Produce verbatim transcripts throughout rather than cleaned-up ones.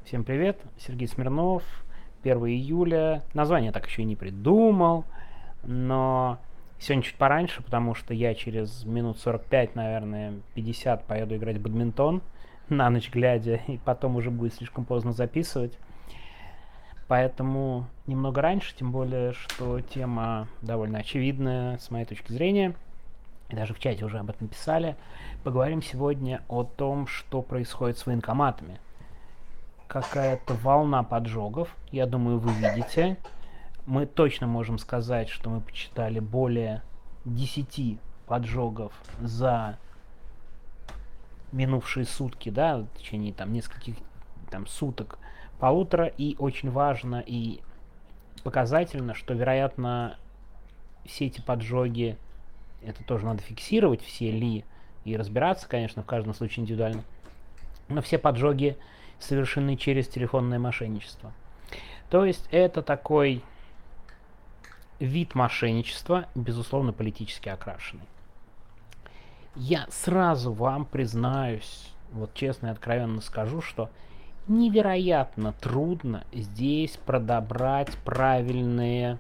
Всем привет, Сергей Смирнов, первое июля. Название так еще и не придумал, но сегодня чуть пораньше, потому что я через минут сорок пять, наверное, пятьдесят поеду играть в бадминтон на ночь глядя, и потом уже будет слишком поздно записывать. Поэтому немного раньше, тем более, что тема довольно очевидная с моей точки зрения. И даже в чате уже об этом писали. Поговорим сегодня о том, что происходит с военкоматами. Какая-то волна поджогов, я думаю, вы видите. Мы точно можем сказать, что мы почитали более десяти поджогов за минувшие сутки, да, в течение там нескольких там суток, полутора, и очень важно и показательно, что, вероятно, все эти поджоги, это тоже надо фиксировать, все ли, и разбираться, конечно, в каждом случае индивидуально, но все поджоги совершены через телефонное мошенничество. То есть это такой вид мошенничества, безусловно, политически окрашенный. Я сразу вам признаюсь, вот честно и откровенно скажу, что невероятно трудно здесь подобрать правильные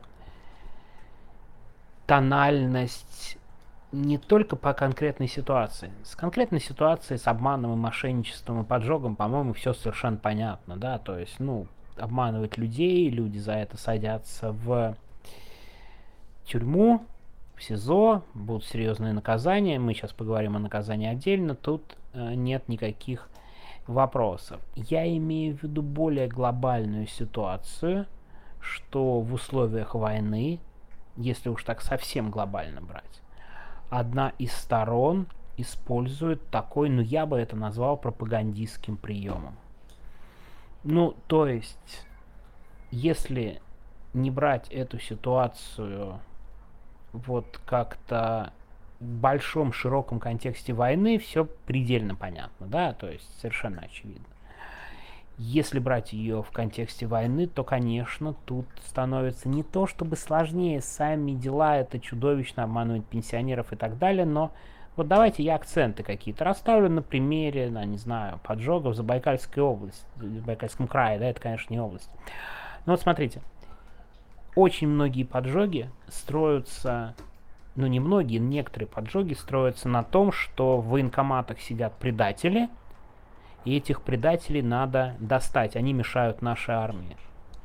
тональность не только по конкретной ситуации. С конкретной ситуацией, с обманом и мошенничеством и поджогом, по-моему, все совершенно понятно, да, то есть, ну, обманывать людей, люди за это садятся в тюрьму, в СИЗО, будут серьезные наказания, мы сейчас поговорим о наказании отдельно, тут э, нет никаких вопросов. Я имею в виду более глобальную ситуацию, что в условиях войны, если уж так совсем глобально брать, одна из сторон использует такой, ну я бы это назвал пропагандистским приемом. Ну, то есть, если не брать эту ситуацию вот как-то в большом широком контексте войны, все предельно понятно, да, то есть совершенно очевидно. Если брать ее в контексте войны, то, конечно, тут становится не то чтобы сложнее, сами дела, это чудовищно, обманывать пенсионеров и так далее, но вот давайте я акценты какие-то расставлю на примере, на, не знаю, поджогов в Забайкальской области, в Забайкальском крае, да, это, конечно, не область. Но вот смотрите, очень многие поджоги строятся, ну не многие, некоторые поджоги строятся на том, что в военкоматах сидят предатели, и этих предателей надо достать, они мешают нашей армии.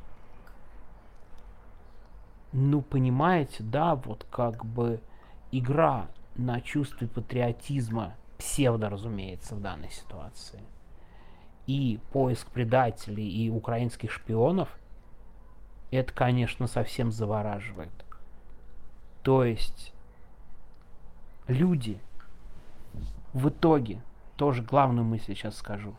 Ну, понимаете, да, вот как бы игра на чувстве патриотизма, псевдо, разумеется, в данной ситуации, и поиск предателей и украинских шпионов, это, конечно, совсем завораживает. То есть люди в итоге, тоже главную мысль сейчас скажу,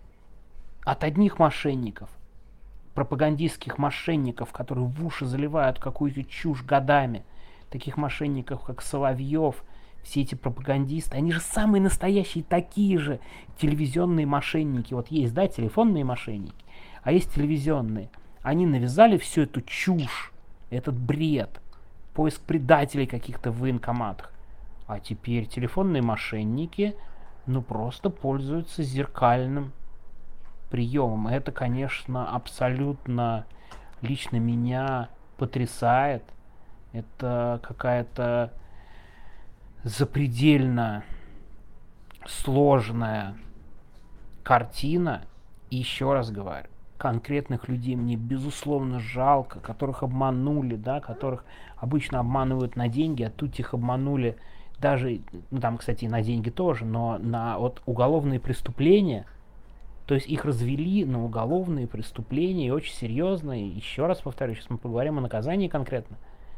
от одних мошенников, пропагандистских мошенников, которые в уши заливают какую-то чушь годами, таких мошенников, как Соловьев, все эти пропагандисты, они же самые настоящие такие же телевизионные мошенники. Вот есть, да, телефонные мошенники, а есть телевизионные. Они навязали всю эту чушь, этот бред, поиск предателей каких-то в военкоматах. А теперь телефонные мошенники, ну, просто пользуются зеркальным приемом. Это, конечно, абсолютно лично меня потрясает. Это какая-то запредельно сложная картина. И еще раз говорю, конкретных людей мне безусловно жалко, которых обманули, да, которых обычно обманывают на деньги, а тут их обманули даже, ну там, кстати, на деньги тоже, но на вот уголовные преступления. То есть их развели на уголовные преступления, и очень серьезные. Еще раз повторю, сейчас мы поговорим о наказании конкретно.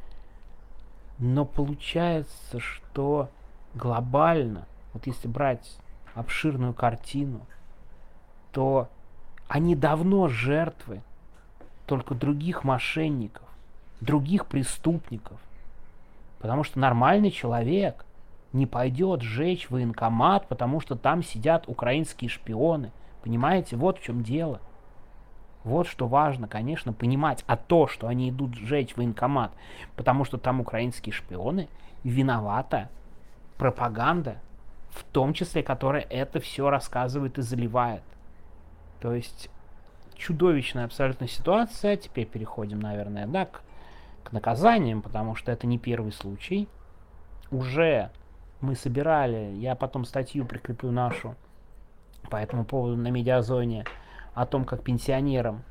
Но получается, что глобально, вот если брать обширную картину, то они давно жертвы только других мошенников, других преступников. Потому что нормальный человек не пойдет сжечь военкомат, потому что там сидят украинские шпионы. Понимаете, вот в чем дело. Вот что важно, конечно, понимать. А то, что они идут сжечь военкомат, потому что там украинские шпионы, виновата пропаганда, в том числе, которая это все рассказывает и заливает. То есть чудовищная абсолютно ситуация. Теперь переходим, наверное, да, к, к наказаниям, потому что это не первый случай. Уже мы собирали, я потом статью прикреплю нашу по этому поводу на Медиазоне, о том, как пенсионерам,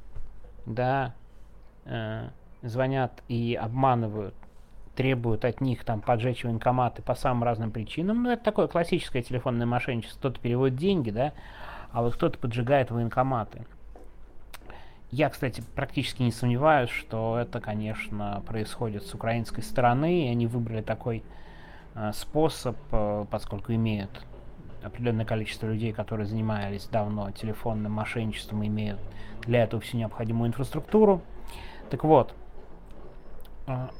да, э, звонят и обманывают, требуют от них там поджечь военкоматы по самым разным причинам. Ну, это такое классическое телефонное мошенничество. Кто-то переводит деньги, да, а вот кто-то поджигает военкоматы. Я, кстати, практически не сомневаюсь, что это, конечно, происходит с украинской стороны, и они выбрали такой э, способ, э, поскольку имеют определенное количество людей, которые занимались давно телефонным мошенничеством, имеют для этого всю необходимую инфраструктуру. Так вот, э,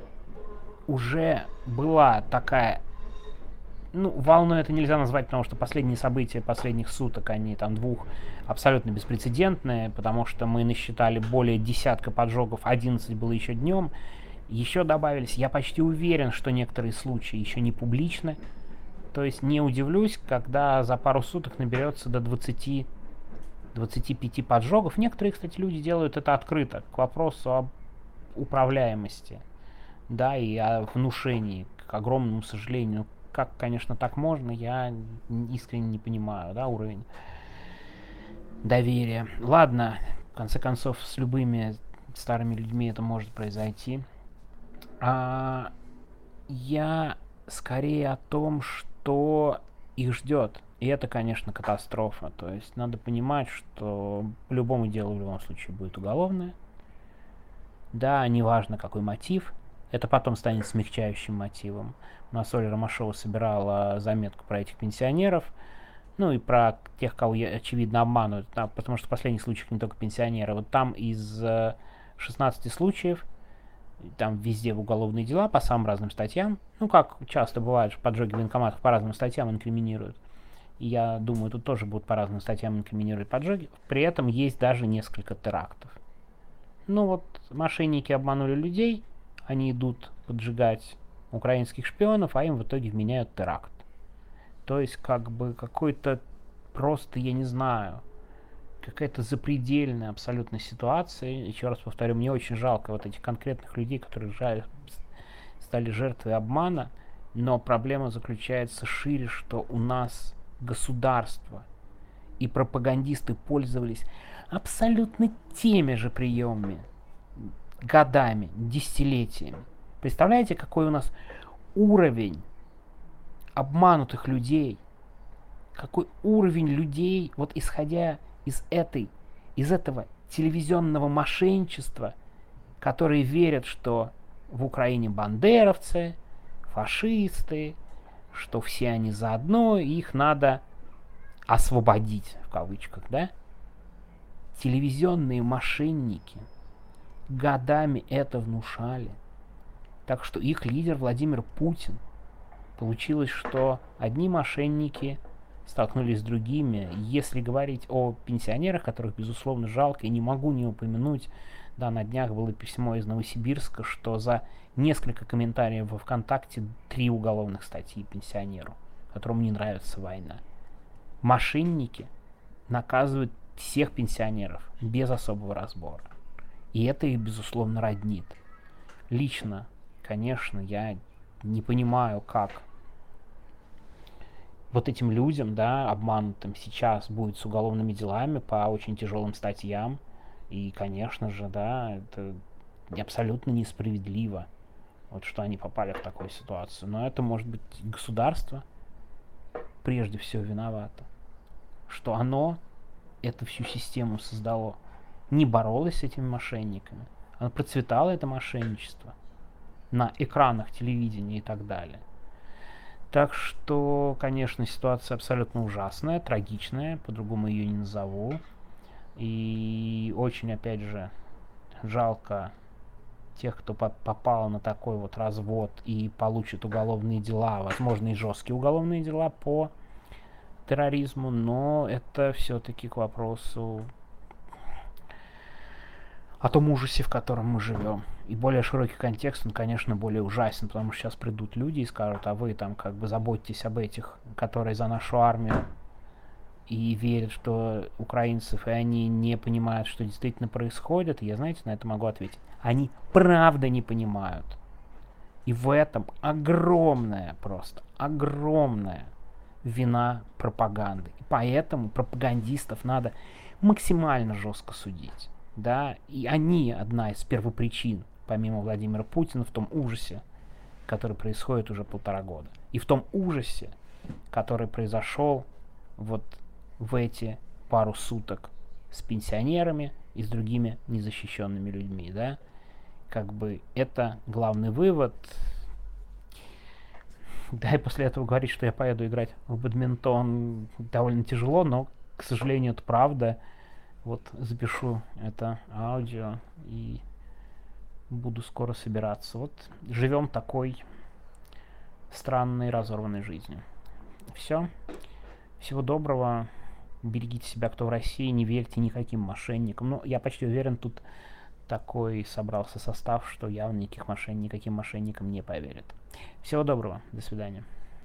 уже была такая, ну, волной это нельзя назвать, потому что последние события последних суток, они там двух, абсолютно беспрецедентные, потому что мы насчитали более десятка поджогов, одиннадцать было еще днем, еще добавились. Я почти уверен, что некоторые случаи еще не публичны, то есть не удивлюсь, когда за пару суток наберется до двадцати-двадцати пяти поджогов. Некоторые, кстати, люди делают это открыто, к вопросу об управляемости, да, и о внушении, к огромному сожалению. Как, конечно, так можно, я искренне не понимаю, да, уровень доверия. Ладно, в конце концов, с любыми старыми людьми это может произойти. А, я скорее о том, что их ждет. И это, конечно, катастрофа. То есть надо понимать, что по любому делу в любом случае будет уголовное. Да, неважно какой мотив. Это потом станет смягчающим мотивом. У нас Оля Ромашова собирала заметку про этих пенсионеров, ну и про тех, кого, очевидно, обманывают, да, потому что в последних случаях не только пенсионеры. Вот там из шестнадцати случаев, там везде в уголовные дела по самым разным статьям, ну как часто бывает, что поджоги военкоматов по разным статьям инкриминируют. И я думаю, тут тоже будут по разным статьям инкриминировать поджоги. При этом есть даже несколько терактов. Ну вот, мошенники обманули людей, они идут поджигать украинских шпионов, а им в итоге вменяют теракт. То есть, как бы, какой-то просто, я не знаю, какая-то запредельная абсолютно ситуация. Еще раз повторю, мне очень жалко вот этих конкретных людей, которые жаль, стали жертвой обмана, но проблема заключается шире, что у нас государство и пропагандисты пользовались абсолютно теми же приемами годами, десятилетиями. Представляете, какой у нас уровень обманутых людей, какой уровень людей, вот исходя из этой, из этого телевизионного мошенничества, которые верят, что в Украине бандеровцы, фашисты, что все они заодно, и их надо освободить, в кавычках, да? Телевизионные мошенники годами это внушали. Так что их лидер Владимир Путин, получилось, что одни мошенники столкнулись с другими. Если говорить о пенсионерах, которых, безусловно, жалко, и не могу не упомянуть, да, на днях было письмо из Новосибирска, что за несколько комментариев во ВКонтакте три уголовных статьи пенсионеру, которому не нравится война. Мошенники наказывают всех пенсионеров без особого разбора. И это их, безусловно, роднит. Лично, конечно, я не понимаю, как вот этим людям, да, обманутым сейчас будет с уголовными делами по очень тяжелым статьям. И, конечно же, да, это абсолютно несправедливо, вот что они попали в такую ситуацию. Но это, может быть, государство прежде всего виновато, что оно эту всю систему создало, не боролось с этими мошенниками, оно процветало, это мошенничество, на экранах телевидения и так далее. Так что, конечно, ситуация абсолютно ужасная, трагичная, по-другому ее не назову. И очень, опять же, жалко тех, кто по- попал на такой вот развод и получит уголовные дела, возможно, и жесткие уголовные дела по терроризму, но это все-таки к вопросу о том ужасе, в котором мы живем. И более широкий контекст, он, конечно, более ужасен, потому что сейчас придут люди и скажут, а вы там как бы заботьтесь об этих, которые за нашу армию и верят, что украинцев, и они не понимают, что действительно происходит, я, знаете, на это могу ответить. Они правда не понимают. И в этом огромная, просто огромная вина пропаганды. И поэтому пропагандистов надо максимально жестко судить. Да? И они одна из первопричин, помимо Владимира Путина, в том ужасе, который происходит уже полтора года. И в том ужасе, который произошел вот в эти пару суток с пенсионерами и с другими незащищенными людьми, да, как бы это главный вывод. Да, и после этого говорить, что я поеду играть в бадминтон, довольно тяжело, но, к сожалению, это правда. Вот запишу это аудио и буду скоро собираться. Вот живем такой странной, разорванной жизнью. Все. Всего доброго. Берегите себя, кто в России, не верьте никаким мошенникам. Ну, я почти уверен, тут такой собрался состав, что явно никаких мошен... никаким мошенникам не поверят. Всего доброго. До свидания.